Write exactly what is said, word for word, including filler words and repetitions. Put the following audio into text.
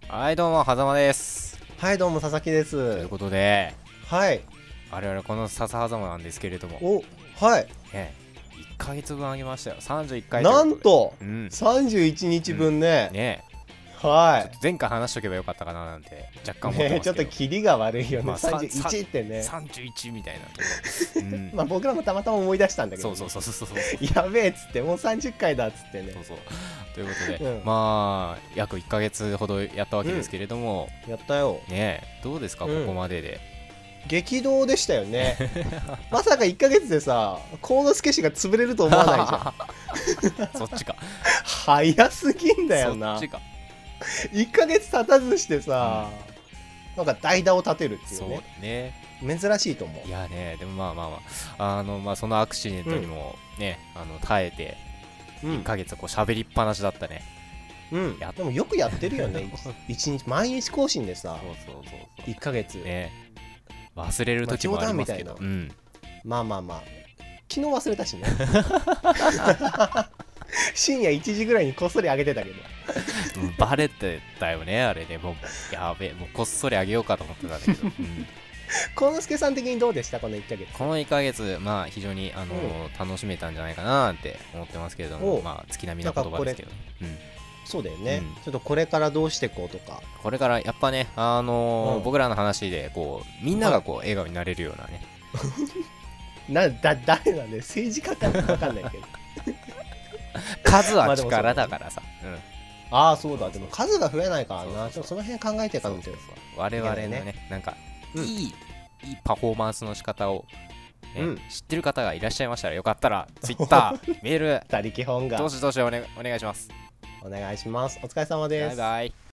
はいどうも、はざまです。 はいどうも佐々木です。 ということで、 はい我々この笹はざまなんですけれども、 おはいね、いっかげつぶんあげましたよ。さんじゅういっかいなんと、 うん、 さんじゅういちにちぶんね、 うん、ねはちょっと前回話しとけばよかったかななんて若干い思ってますけど、 ね、ちょっとキリが悪いよね、 まあ、 さんじゅういちってねさんじゅういちみたいな、うん、 まあ僕らもたまたま思い出したんだけど、ね、 そうそうそうそうそうやべえっつってもうさんじゅっかいだっつってね、 そうそうということで、 うん、 まあ約いっかげつほどやったわけですけれども、 うん、やったよねどうですか、 うん、 ここまでで。 激動でしたよねまさかいっかげつでさ幸之助氏が潰れると思わないじゃんそっちか早すぎんだよな。 そっちかいっかげつ経たずしてさ、うん、なんか代打を立てるっていうね。 そうね、 珍しいと思う。 いやね、でもまあまあまあ、あのまあそのアクシデントにもね、うん、あの耐えていっかげつこう喋りっぱなしだったね。 うん、やでもよくやってるよねいちにち毎日更新でさ、 そうそうそうそういっかげつね、忘れる時もありますけど、 まあ、うん、まあまあまあ昨日忘れたしね深夜いちじぐらいにこっそり上げてたけどバレてたよねあれね。もうやべえ、もうこっそり上げようかと思ってたんだけど、うん、 幸之助さん的にどうでしたこのいっかげつ。 このいっかげつ、まあ非常に、あのーうん、楽しめたんじゃないかなって思ってますけれども、まあ月並みな言葉ですけど、うん、そうだよね、うん、ちょっとこれからどうしていこうとか、 これからやっぱね、あのーうん、僕らの話でこうみんながこう笑顔になれるようなねなだ誰なんで政治家か分かんないけど数は力だからさ、うん、 ああそうだ、でも数が増えないからな、ちょっとその辺考えていかないと。 我々のね、なんか、うん、いいいいパフォーマンスの仕方を、ね、うん、知ってる方がいらっしゃいましたらよかったらツイッターメール他力本願どしどしお,、ね、お願いします。 お願いします。お疲れ様です。 バイバイ。